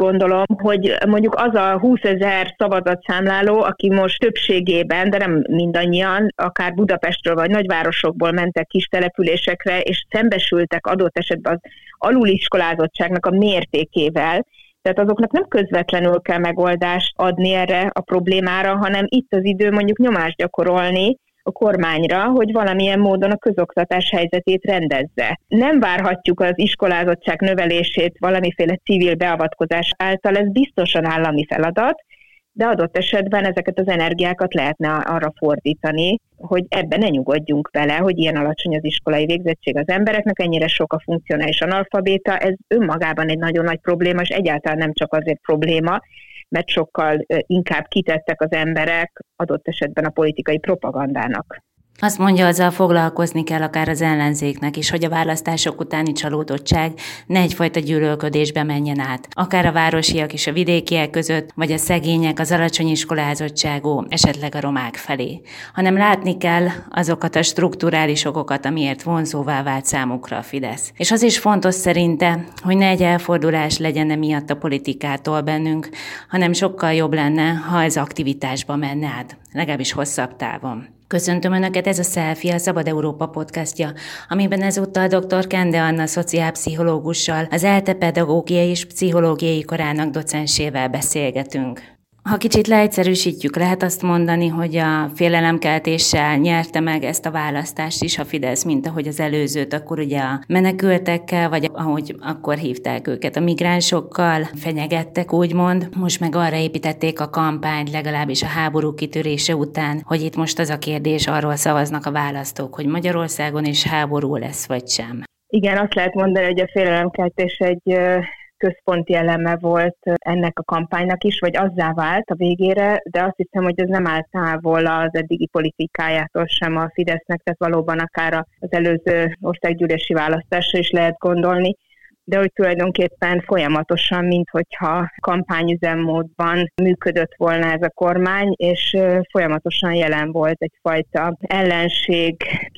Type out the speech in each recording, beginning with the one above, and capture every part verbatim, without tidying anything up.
gondolom, hogy mondjuk az a húszezer szavazatszámláló, aki most többségében, de nem mindannyian, akár Budapestről vagy nagyvárosokból mentek kis településekre, és szembesültek adott esetben az aluliskolázottságnak a mértékével, tehát azoknak nem közvetlenül kell megoldást adni erre a problémára, hanem itt az idő mondjuk nyomást gyakorolni a kormányra, hogy valamilyen módon a közoktatás helyzetét rendezze. Nem várhatjuk az iskolázottság növelését valamiféle civil beavatkozás által, ez biztosan állami feladat, de adott esetben ezeket az energiákat lehetne arra fordítani, hogy ebben ne nyugodjunk bele, hogy ilyen alacsony az iskolai végzettség az embereknek, ennyire sok a funkcionális analfabéta, ez önmagában egy nagyon nagy probléma, és egyáltalán nem csak azért probléma, mert sokkal inkább kitettek az emberek adott esetben a politikai propagandának. Azt mondja, azzal foglalkozni kell akár az ellenzéknek is, hogy a választások utáni csalódottság ne egyfajta gyűlölködésbe menjen át. Akár a városiak és a vidékiek között, vagy a szegények, az alacsony iskolázottságú, esetleg a romák felé. Hanem látni kell azokat a strukturális okokat, amiért vonzóvá vált számukra a Fidesz. És az is fontos szerinte, hogy ne egy elfordulás legyen emiatt a politikától bennünk, hanem sokkal jobb lenne, ha ez aktivitásba menne át, legalábbis hosszabb távon. Köszöntöm Önöket, ez a Selfie, a Szabad Európa podcastja, amiben ezúttal dr. Kende Anna szociálpszichológussal, az ELTE pedagógiai és pszichológiai karának docensével beszélgetünk. Ha kicsit leegyszerűsítjük, lehet azt mondani, hogy a félelemkeltéssel nyerte meg ezt a választást is a Fidesz, mint ahogy az előzőt, akkor ugye a menekültekkel, vagy ahogy akkor hívták őket, a migránsokkal fenyegettek, úgymond. Most meg arra építették a kampányt, legalábbis a háború kitörése után, hogy itt most az a kérdés, arról szavaznak a választók, hogy Magyarországon is háború lesz, vagy sem. Igen, azt lehet mondani, hogy a félelemkeltés egy központi eleme volt ennek a kampánynak is, vagy azzá vált a végére, de azt hiszem, hogy ez nem áll távol az eddigi politikájától sem a Fidesznek, tehát valóban akár az előző országgyűlési választásra is lehet gondolni, de hogy tulajdonképpen folyamatosan, minthogyha kampányüzemmódban működött volna ez a kormány, és folyamatosan jelen volt egyfajta ellenség,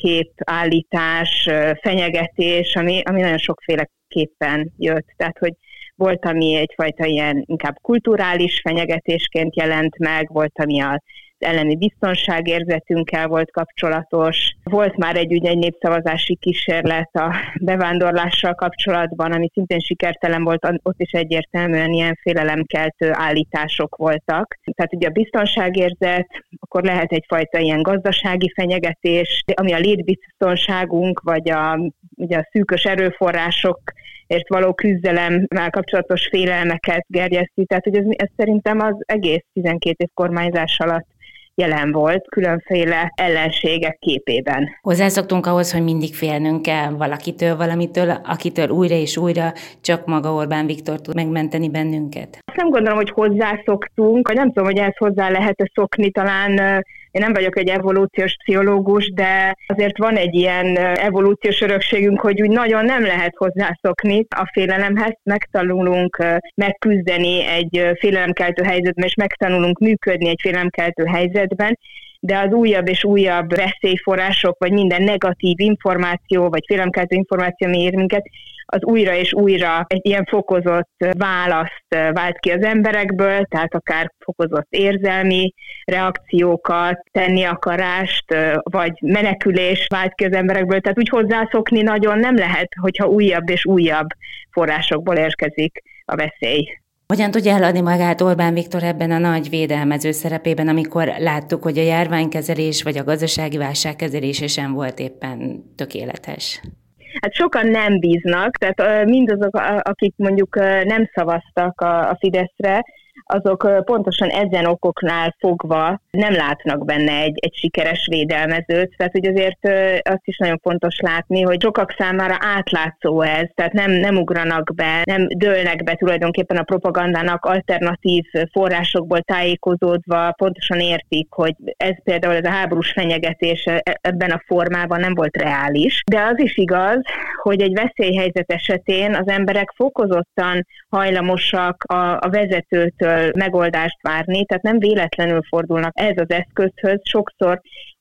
képállítás, fenyegetés, ami, ami nagyon sokféleképpen jött. Tehát, hogy volt, ami egyfajta ilyen inkább kulturális fenyegetésként jelent meg, volt, ami az elleni biztonságérzetünkkel volt kapcsolatos. Volt már egy, ugye, egy népszavazási kísérlet a bevándorlással kapcsolatban, ami szintén sikertelen volt, ott is egyértelműen ilyen félelemkeltő állítások voltak. Tehát ugye a biztonságérzet, akkor lehet egyfajta ilyen gazdasági fenyegetés, ami a létbiztonságunk, vagy a, ugye a szűkös erőforrások ért való küzdelemmel kapcsolatos félelmeket gerjeszti. Tehát, hogy ez, ez szerintem az egész tizenkét év kormányzás alatt jelen volt, különféle ellenségek képében. Hozzászoktunk ahhoz, hogy mindig félnünk kell valakitől, valamitől, akitől újra és újra csak maga Orbán Viktor tud megmenteni bennünket. Azt nem gondolom, hogy hozzászoktunk, vagy nem tudom, hogy ehhez hozzá lehet-e szokni, talán én nem vagyok egy evolúciós pszichológus, de azért van egy ilyen evolúciós örökségünk, hogy úgy nagyon nem lehet hozzászokni a félelemhez, megtanulunk megküzdeni egy félelemkeltő helyzetben, és megtanulunk működni egy félelemkeltő helyzetben, de az újabb és újabb veszélyforrások, vagy minden negatív információ, vagy félelemkeltő információ, ami ér minket, az újra és újra egy ilyen fokozott választ vált ki az emberekből, tehát akár fokozott érzelmi reakciókat, tenni akarást, vagy menekülés vált ki az emberekből, tehát úgy hozzászokni nagyon nem lehet, hogyha újabb és újabb forrásokból érkezik a veszély. Hogyan tudja eladni magát Orbán Viktor ebben a nagy védelmező szerepében, amikor láttuk, hogy a járványkezelés vagy a gazdasági válság kezelése sem volt éppen tökéletes? Hát sokan nem bíznak, tehát mindazok, akik mondjuk nem szavaztak a Fideszre, azok pontosan ezen okoknál fogva nem látnak benne egy, egy sikeres védelmezőt. Tehát, hogy azért azt is nagyon fontos látni, hogy sokak számára átlátszó ez, tehát nem, nem ugranak be, nem dőlnek be tulajdonképpen a propagandának, alternatív forrásokból tájékozódva pontosan értik, hogy ez például ez a háborús fenyegetés ebben a formában nem volt reális. De az is igaz, hogy egy veszélyhelyzet esetén az emberek fokozottan hajlamosak a, a vezetőtől megoldást várni, tehát nem véletlenül fordulnak ez az eszközhöz. Sokszor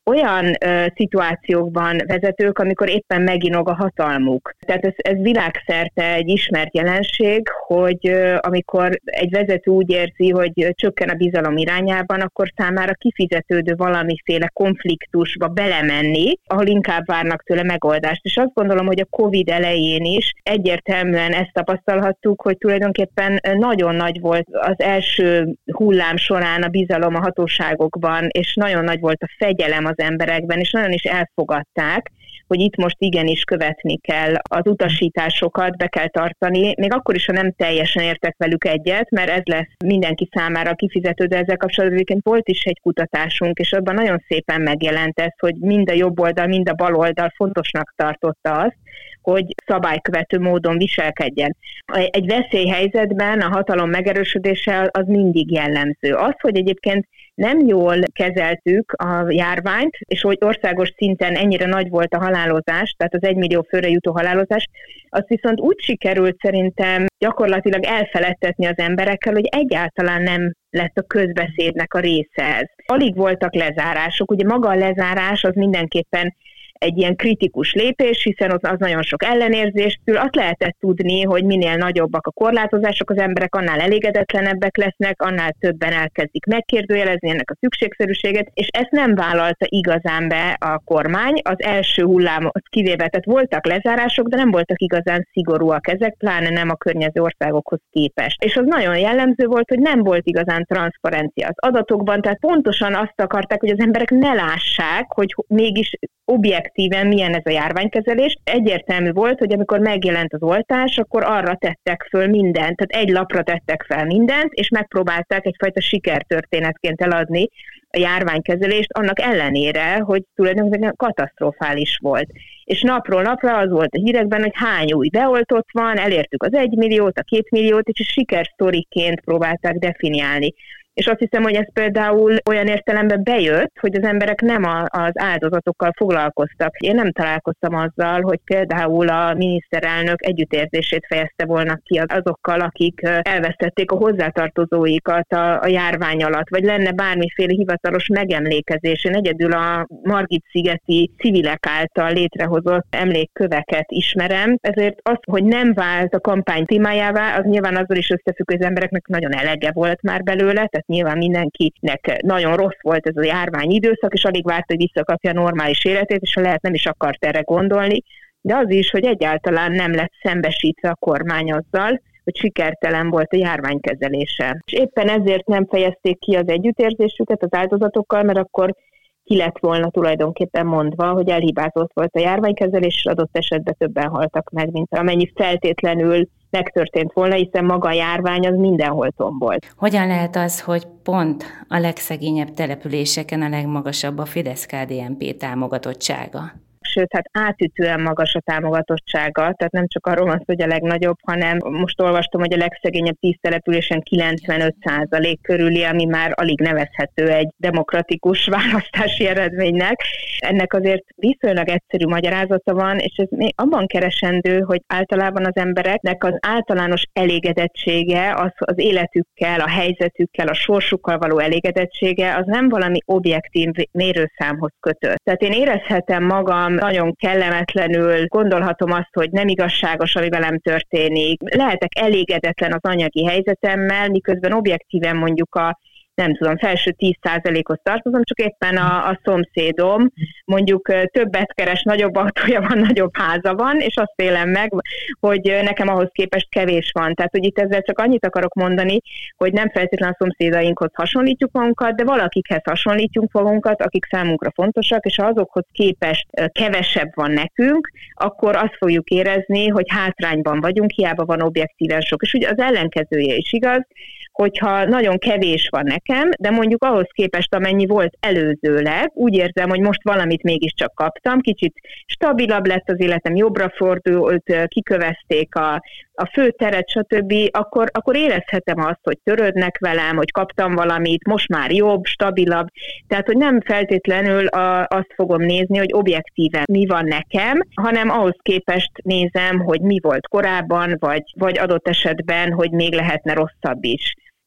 olyan ö, szituációkban vezetők, amikor éppen meginog a hatalmuk. Tehát ez, ez világszerte egy ismert jelenség, hogy ö, amikor egy vezető úgy érzi, hogy csökken a bizalom irányában, akkor számára kifizetődő valamiféle konfliktusba belemenni, ahol inkább várnak tőle megoldást. És azt gondolom, hogy a Covid elején is egyértelműen ezt tapasztalhattuk, hogy tulajdonképpen nagyon nagy volt az első hullám során a bizalom a hatóságokban, és nagyon nagy volt a fegyelem az emberekben, és nagyon is elfogadták, hogy itt most igenis követni kell az utasításokat, be kell tartani, még akkor is, ha nem teljesen értek velük egyet, mert ez lesz mindenki számára kifizető, de ezzel kapcsolatban volt is egy kutatásunk, és abban nagyon szépen megjelent ez, hogy mind a jobb oldal, mind a bal oldal fontosnak tartotta azt, hogy szabálykövető módon viselkedjen. Egy veszélyhelyzetben a hatalom megerősödése az mindig jellemző. Az, hogy egyébként nem jól kezeltük a járványt, és hogy országos szinten ennyire nagy volt a halálozás, tehát az egymillió főre jutó halálozás, azt viszont úgy sikerült szerintem gyakorlatilag elfeledtetni az emberekkel, hogy egyáltalán nem lett a közbeszédnek a része ez. Alig voltak lezárások, ugye maga a lezárás az mindenképpen egy ilyen kritikus lépés, hiszen az, az nagyon sok ellenérzést szül. Azt lehetett tudni, hogy minél nagyobbak a korlátozások, az emberek annál elégedetlenebbek lesznek, annál többen elkezdik megkérdőjelezni ennek a szükségszerűséget, és ezt nem vállalta igazán be a kormány. Az első hullám az kivéve, tehát voltak lezárások, de nem voltak igazán szigorúak ezek, pláne nem a környező országokhoz képest. És az nagyon jellemző volt, hogy nem volt igazán transzparencia az adatokban, tehát pontosan azt akarták, hogy az emberek ne lássák, hogy mégis objektíven milyen ez a járványkezelés. Egyértelmű volt, hogy amikor megjelent az oltás, akkor arra tettek föl mindent, tehát egy lapra tettek fel mindent, és megpróbálták egyfajta sikertörténetként eladni a járványkezelést, annak ellenére, hogy tulajdonképpen katasztrofális volt. És napról napra az volt a hírekben, hogy hány új beoltott van, elértük az egymilliót, a kétmilliót, és a sikersztoriként próbálták definiálni. És azt hiszem, hogy ez például olyan értelemben bejött, hogy az emberek nem a, az áldozatokkal foglalkoztak. Én nem találkoztam azzal, hogy például a miniszterelnök együttérzését fejezte volna ki azokkal, akik elvesztették a hozzátartozóikat a, a járvány alatt, vagy lenne bármiféle hivatalos megemlékezés. Én egyedül a Margit-szigeti civilek által létrehozott emlékköveket ismerem, ezért az, hogy nem vált a kampány témájává, az nyilván azzal is összefügg, hogy az embereknek nagyon elege volt már belőle, tehát nyilván mindenkinek nagyon rossz volt ez a járvány időszak, és alig várt, hogy visszakapja a normális életét, és ha lehet, nem is akart erre gondolni, de az is, hogy egyáltalán nem lett szembesítve a kormány azzal, hogy sikertelen volt a járványkezelése. És éppen ezért nem fejezték ki az együttérzésüket az áldozatokkal, mert akkor ki lett volna tulajdonképpen mondva, hogy elhibázott volt a járványkezelés, és adott esetben többen haltak meg, mint amennyi feltétlenül megtörtént volna, hiszen maga a járvány az mindenhol tombolt. Hogyan lehet az, hogy pont a legszegényebb településeken a legmagasabb a Fidesz-ká dé en pé támogatottsága? Sőt, hát átütően magas a támogatottsága, tehát nem csak arról van szó, hogy a legnagyobb, hanem most olvastam, hogy a legszegényebb tíz településen kilencvenöt százalék körüli, ami már alig nevezhető egy demokratikus választási eredménynek. Ennek azért viszonylag egyszerű magyarázata van, és ez még abban keresendő, hogy általában az embereknek az általános elégedettsége, az, az életükkel, a helyzetükkel, a sorsukkal való elégedettsége, az nem valami objektív mérőszámhoz kötött. Tehát én érezhetem magam nagyon kellemetlenül, gondolhatom azt, hogy nem igazságos, ami velem történik. Lehetek elégedetlen az anyagi helyzetemmel, miközben objektíven mondjuk a nem tudom, felső tíz százalékhoz tartozom, csak éppen a, a szomszédom mondjuk többet keres, nagyobb autója van, nagyobb háza van, és azt élem meg, hogy nekem ahhoz képest kevés van. Tehát, hogy itt ezzel csak annyit akarok mondani, hogy nem feltétlenül a szomszédainkhoz hasonlítjuk magunkat, de valakikhez hasonlítjuk magunkat, akik számunkra fontosak, és ha azokhoz képest kevesebb van nekünk, akkor azt fogjuk érezni, hogy hátrányban vagyunk, hiába van objektíven sok. És ugye az ellenkezője is igaz, hogyha nagyon kevés van nekem, de mondjuk ahhoz képest, amennyi volt előzőleg, úgy érzem, hogy most valamit mégiscsak kaptam, kicsit stabilabb lett az életem, jobbra fordult, kikövezték a, a főteret, stb., akkor, akkor érezhetem azt, hogy törődnek velem, hogy kaptam valamit, most már jobb, stabilabb. Tehát, hogy nem feltétlenül a, azt fogom nézni, hogy objektíven mi van nekem, hanem ahhoz képest nézem, hogy mi volt korábban, vagy, vagy adott esetben, hogy még lehetne rosszabb is.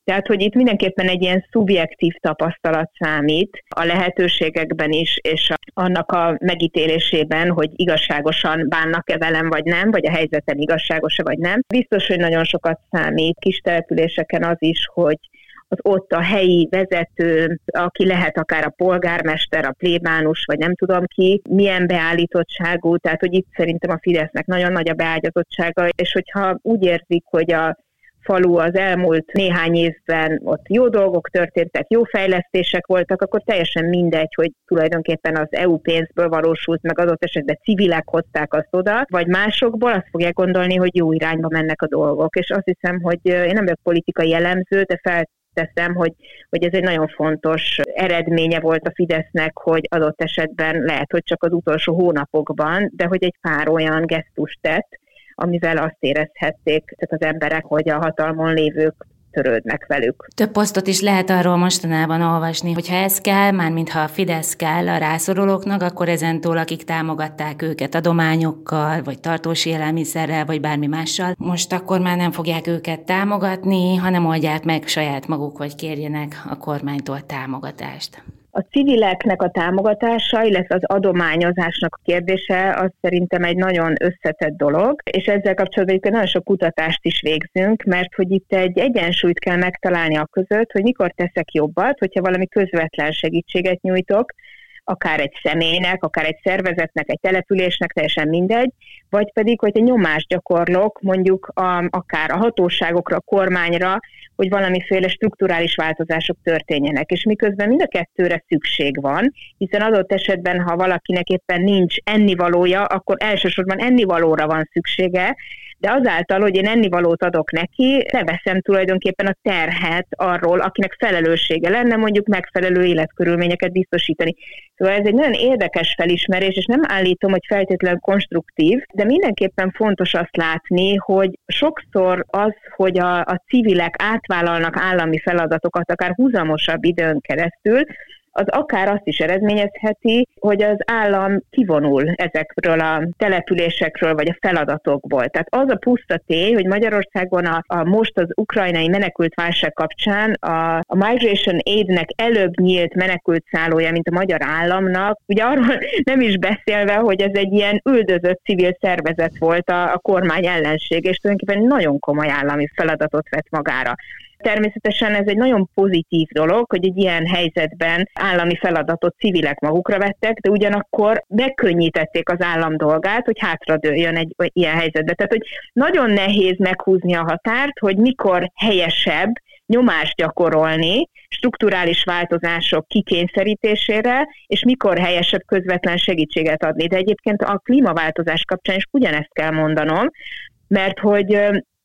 Tehát, hogy itt mindenképpen egy ilyen szubjektív tapasztalat számít a lehetőségekben is, és annak a megítélésében, hogy igazságosan bánnak-e velem, vagy nem, vagy a helyzeten igazságos-e, vagy nem. Biztos, hogy nagyon sokat számít kis településeken az is, hogy az ott a helyi vezető, aki lehet akár a polgármester, a plébánus, vagy nem tudom ki, milyen beállítottságú, tehát hogy itt szerintem a Fidesznek nagyon nagy a beágyazottsága, és hogyha úgy érzik, hogy a falu az elmúlt néhány évben ott jó dolgok történtek, jó fejlesztések voltak, akkor teljesen mindegy, hogy tulajdonképpen az é u pénzből valósult, meg adott esetben civilek hozták azt oda, vagy másokból azt fogják gondolni, hogy jó irányba mennek a dolgok. És azt hiszem, hogy én nem vagyok politikai jellemző, de fel teszem, hogy, hogy ez egy nagyon fontos eredménye volt a Fidesznek, hogy adott esetben lehet, hogy csak az utolsó hónapokban, de hogy egy pár olyan gesztust tett, amivel azt érezhették tehát az emberek, hogy a hatalmon lévők törődnek velük. Több posztot is lehet arról mostanában olvasni, hogy ha ez kell, mármint ha a Fidesz kell a rászorulóknak, akkor ezentúl, akik támogatták őket adományokkal, vagy tartós élelmiszerrel, vagy bármi mással, most akkor már nem fogják őket támogatni, hanem oldják meg saját maguk, vagy kérjenek a kormánytól támogatást. A civileknek a támogatása, illetve az adományozásnak a kérdése, az szerintem egy nagyon összetett dolog, és ezzel kapcsolatban nagyon sok kutatást is végzünk, mert hogy itt egy egyensúlyt kell megtalálni a között, hogy mikor teszek jobbat, hogyha valami közvetlen segítséget nyújtok, akár egy személynek, akár egy szervezetnek, egy településnek, teljesen mindegy, vagy pedig, hogy egy nyomást gyakorlok mondjuk a, akár a hatóságokra, a kormányra, hogy valamiféle strukturális változások történjenek. És miközben mind a kettőre szükség van, hiszen adott esetben, ha valakinek éppen nincs ennivalója, akkor elsősorban ennivalóra van szüksége, de azáltal, hogy én ennivalót adok neki, leveszem tulajdonképpen a terhet arról, akinek felelőssége lenne mondjuk megfelelő életkörülményeket biztosítani. Szóval ez egy nagyon érdekes felismerés, és nem állítom, hogy feltétlenül konstruktív, de mindenképpen fontos azt látni, hogy sokszor az, hogy a, a civilek átvállalnak állami feladatokat akár húzamosabb időn keresztül, az akár azt is eredményezheti, hogy az állam kivonul ezekről a településekről vagy a feladatokból. Tehát az a puszta tény, hogy Magyarországon a, a most az ukrajnai menekült válság kapcsán a, a Migration Aid-nek előbb nyílt menekült szállója, mint a magyar államnak, ugye arról nem is beszélve, hogy ez egy ilyen üldözött civil szervezet volt a, a kormány ellenség, és tulajdonképpen nagyon komoly állami feladatot vett magára. Természetesen ez egy nagyon pozitív dolog, hogy egy ilyen helyzetben állami feladatot civilek magukra vettek, de ugyanakkor megkönnyítették az állam dolgát, hogy hátradőljön egy ilyen helyzetbe. Tehát, hogy nagyon nehéz meghúzni a határt, hogy mikor helyesebb nyomást gyakorolni strukturális változások kikényszerítésére, és mikor helyesebb közvetlen segítséget adni. De egyébként a klímaváltozás kapcsán is ugyanezt kell mondanom, mert hogy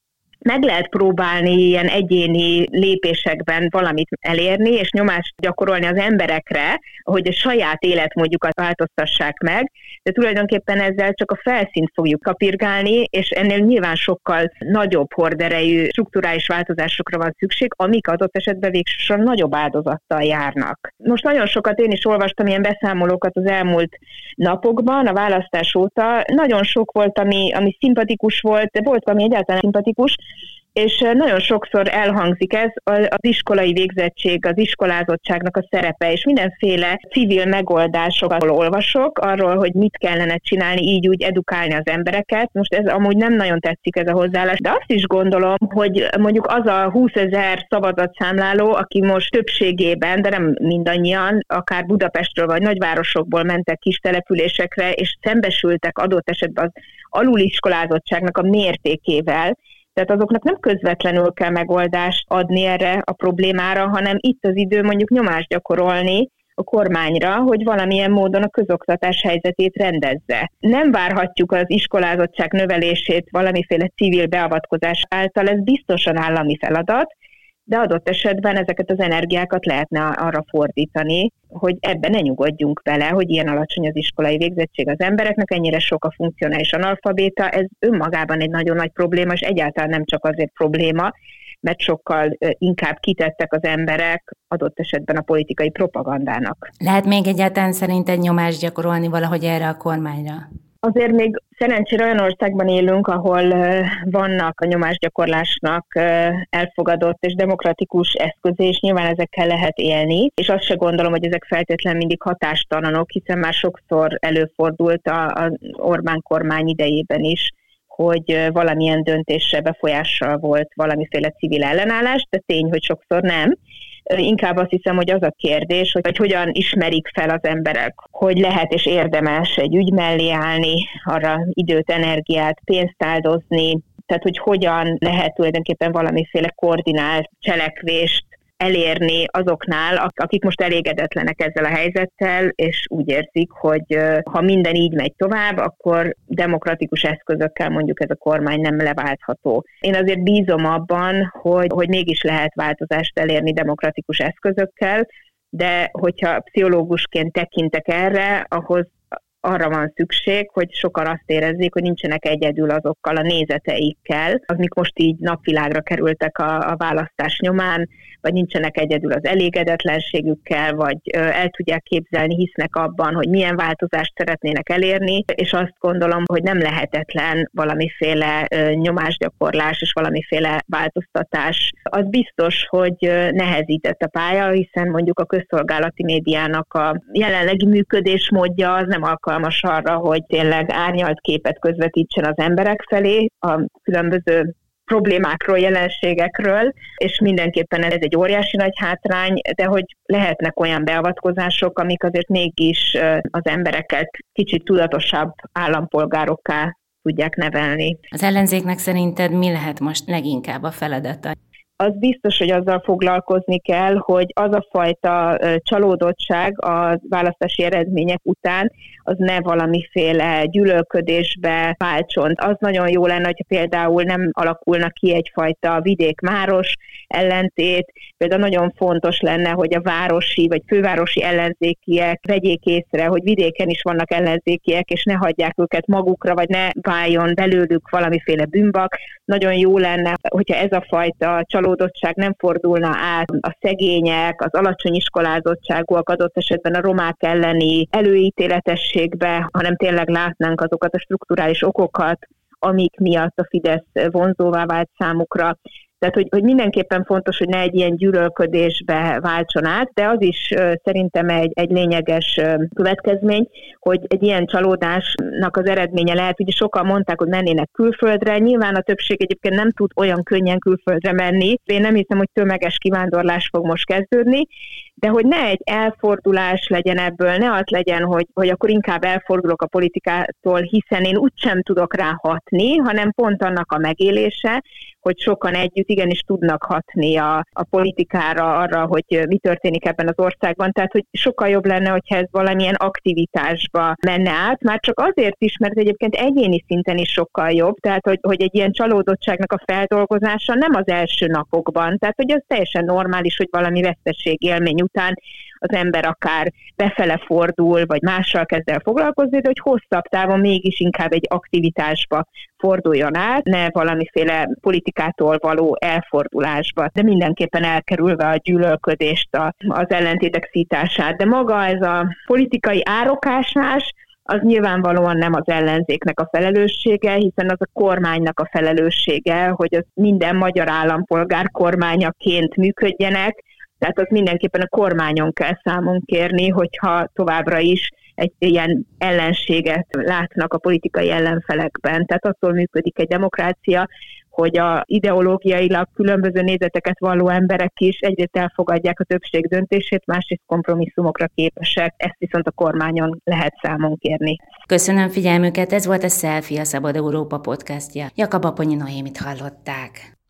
meg lehet próbálni ilyen egyéni lépésekben valamit elérni, és nyomást gyakorolni az emberekre, hogy a saját életmódjukat változtassák meg, de tulajdonképpen ezzel csak a felszínt fogjuk kapirgálni, és ennél nyilván sokkal nagyobb horderejű strukturális változásokra van szükség, amik adott esetben végsősorban nagyobb áldozattal járnak. Most nagyon sokat én is olvastam ilyen beszámolókat az elmúlt napokban, a választás óta. Nagyon sok volt, ami, ami szimpatikus volt, de volt, ami egyáltalán szimpatikus, és nagyon sokszor elhangzik ez, az iskolai végzettség, az iskolázottságnak a szerepe, és mindenféle civil megoldásokat olvasok arról, hogy mit kellene csinálni, így úgy edukálni az embereket. Most ez amúgy nem nagyon tetszik ez a hozzáállás, de azt is gondolom, hogy mondjuk az a húszezer szavazatszámláló, aki most többségében, de nem mindannyian, akár Budapestről vagy nagyvárosokból mentek kis településekre, és szembesültek adott esetben az aluliskolázottságnak a mértékével, tehát azoknak nem közvetlenül kell megoldást adni erre a problémára, hanem itt az idő mondjuk nyomást gyakorolni a kormányra, hogy valamilyen módon a közoktatás helyzetét rendezze. Nem várhatjuk az iskolázottság növelését valamiféle civil beavatkozás által, ez biztosan állami feladat, de adott esetben ezeket az energiákat lehetne arra fordítani, hogy ebben ne nyugodjunk bele, hogy ilyen alacsony az iskolai végzettség az embereknek, ennyire sok a funkcionális analfabéta, ez önmagában egy nagyon nagy probléma, és egyáltalán nem csak azért probléma, mert sokkal inkább kitettek az emberek adott esetben a politikai propagandának. Lehet még egyáltalán szerinted nyomást gyakorolni valahogy erre a kormányra? Azért még szerencsére olyan országban élünk, ahol vannak a nyomásgyakorlásnak elfogadott és demokratikus eszközé, és nyilván ezekkel lehet élni, és azt se gondolom, hogy ezek feltétlenül mindig hatástalanok, hiszen már sokszor előfordult az Orbán kormány idejében is, hogy valamilyen döntésre befolyással volt valamiféle civil ellenállás, de tény, hogy sokszor nem. Inkább azt hiszem, hogy az a kérdés, hogy, hogy hogyan ismerik fel az emberek, hogy lehet és érdemes egy ügy mellé állni, arra időt, energiát, pénzt áldozni, tehát hogy hogyan lehet tulajdonképpen valamiféle koordinált cselekvést elérni azoknál, akik most elégedetlenek ezzel a helyzettel, és úgy érzik, hogy ha minden így megy tovább, akkor demokratikus eszközökkel mondjuk ez a kormány nem leváltható. Én azért bízom abban, hogy, hogy mégis lehet változást elérni demokratikus eszközökkel, de hogyha pszichológusként tekintek erre, ahhoz arra van szükség, hogy sokan azt érezzék, hogy nincsenek egyedül azokkal a nézeteikkel, amik most így napvilágra kerültek a, a választás nyomán, vagy nincsenek egyedül az elégedetlenségükkel, vagy el tudják képzelni, hisznek abban, hogy milyen változást szeretnének elérni, és azt gondolom, hogy nem lehetetlen valamiféle nyomásgyakorlás és valamiféle változtatás. Az biztos, hogy nehezített a pálya, hiszen mondjuk a közszolgálati médiának a jelenlegi működésmódja az nem alkalmas arra, hogy tényleg árnyalt képet közvetítsen az emberek felé a különböző problémákról, jelenségekről, és mindenképpen ez egy óriási nagy hátrány, de hogy lehetnek olyan beavatkozások, amik azért mégis az embereket kicsit tudatosabb állampolgárokká tudják nevelni. Az ellenzéknek szerinted mi lehet most leginkább a feladata? Az biztos, hogy azzal foglalkozni kell, hogy az a fajta csalódottság a választási eredmények után, az ne valamiféle gyűlölködésbe váltson. Az nagyon jó lenne, hogyha például nem alakulna ki egyfajta vidék-város ellentét. Például nagyon fontos lenne, hogy a városi vagy fővárosi ellenzékiek vegyék észre, hogy vidéken is vannak ellenzékiek, és ne hagyják őket magukra, vagy ne váljon belőlük valamiféle bűnbak. Nagyon jó lenne, hogyha ez a fajta csalódottság nem fordulna át a szegények, az alacsony iskolázottságúak, adott esetben a romák elleni előítéletességbe, hanem tényleg látnánk azokat a strukturális okokat, amik miatt a Fidesz vonzóvá vált számukra. Tehát, hogy, hogy mindenképpen fontos, hogy ne egy ilyen gyűlölködésbe váltson át, de az is szerintem egy, egy lényeges következmény, hogy egy ilyen csalódásnak az eredménye lehet, hogy sokan mondták, hogy mennének külföldre, nyilván a többség egyébként nem tud olyan könnyen külföldre menni. Én nem hiszem, hogy tömeges kivándorlás fog most kezdődni, de hogy ne egy elfordulás legyen ebből, ne az legyen, hogy, hogy akkor inkább elfordulok a politikától, hiszen én úgysem tudok rá hatni, hanem pont annak a megélése, hogy sokan együtt igenis tudnak hatni a, a politikára, arra, hogy mi történik ebben az országban. Tehát, hogy sokkal jobb lenne, hogyha ez valamilyen aktivitásba menne át, már csak azért is, mert egyébként egyéni szinten is sokkal jobb, tehát, hogy, hogy egy ilyen csalódottságnak a feldolgozása nem az első napokban, tehát, hogy az teljesen normális, hogy valami veszteség élmény után az ember akár befele fordul, vagy mással kezd el foglalkozni, de hogy hosszabb távon mégis inkább egy aktivitásba forduljon át, ne valamiféle politikától való elfordulásba, de mindenképpen elkerülve a gyűlölködést, a, az ellentétek szítását. De maga ez a politikai árokásás, az nyilvánvalóan nem az ellenzéknek a felelőssége, hiszen az a kormánynak a felelőssége, hogy az minden magyar állampolgár kormányaként működjenek, tehát az mindenképpen a kormányon kell számon kérni, hogyha továbbra is egy ilyen ellenséget látnak a politikai ellenfelekben. Tehát attól működik egy demokrácia, hogy a ideológiailag különböző nézeteket valló emberek is egyrészt elfogadják a többség döntését, másrészt kompromisszumokra képesek, ezt viszont a kormányon lehet számon kérni. Köszönöm figyelmüket, ez volt a Selfie, a Szabad Európa podcastja. Jakab Aponyi Noémit hallották.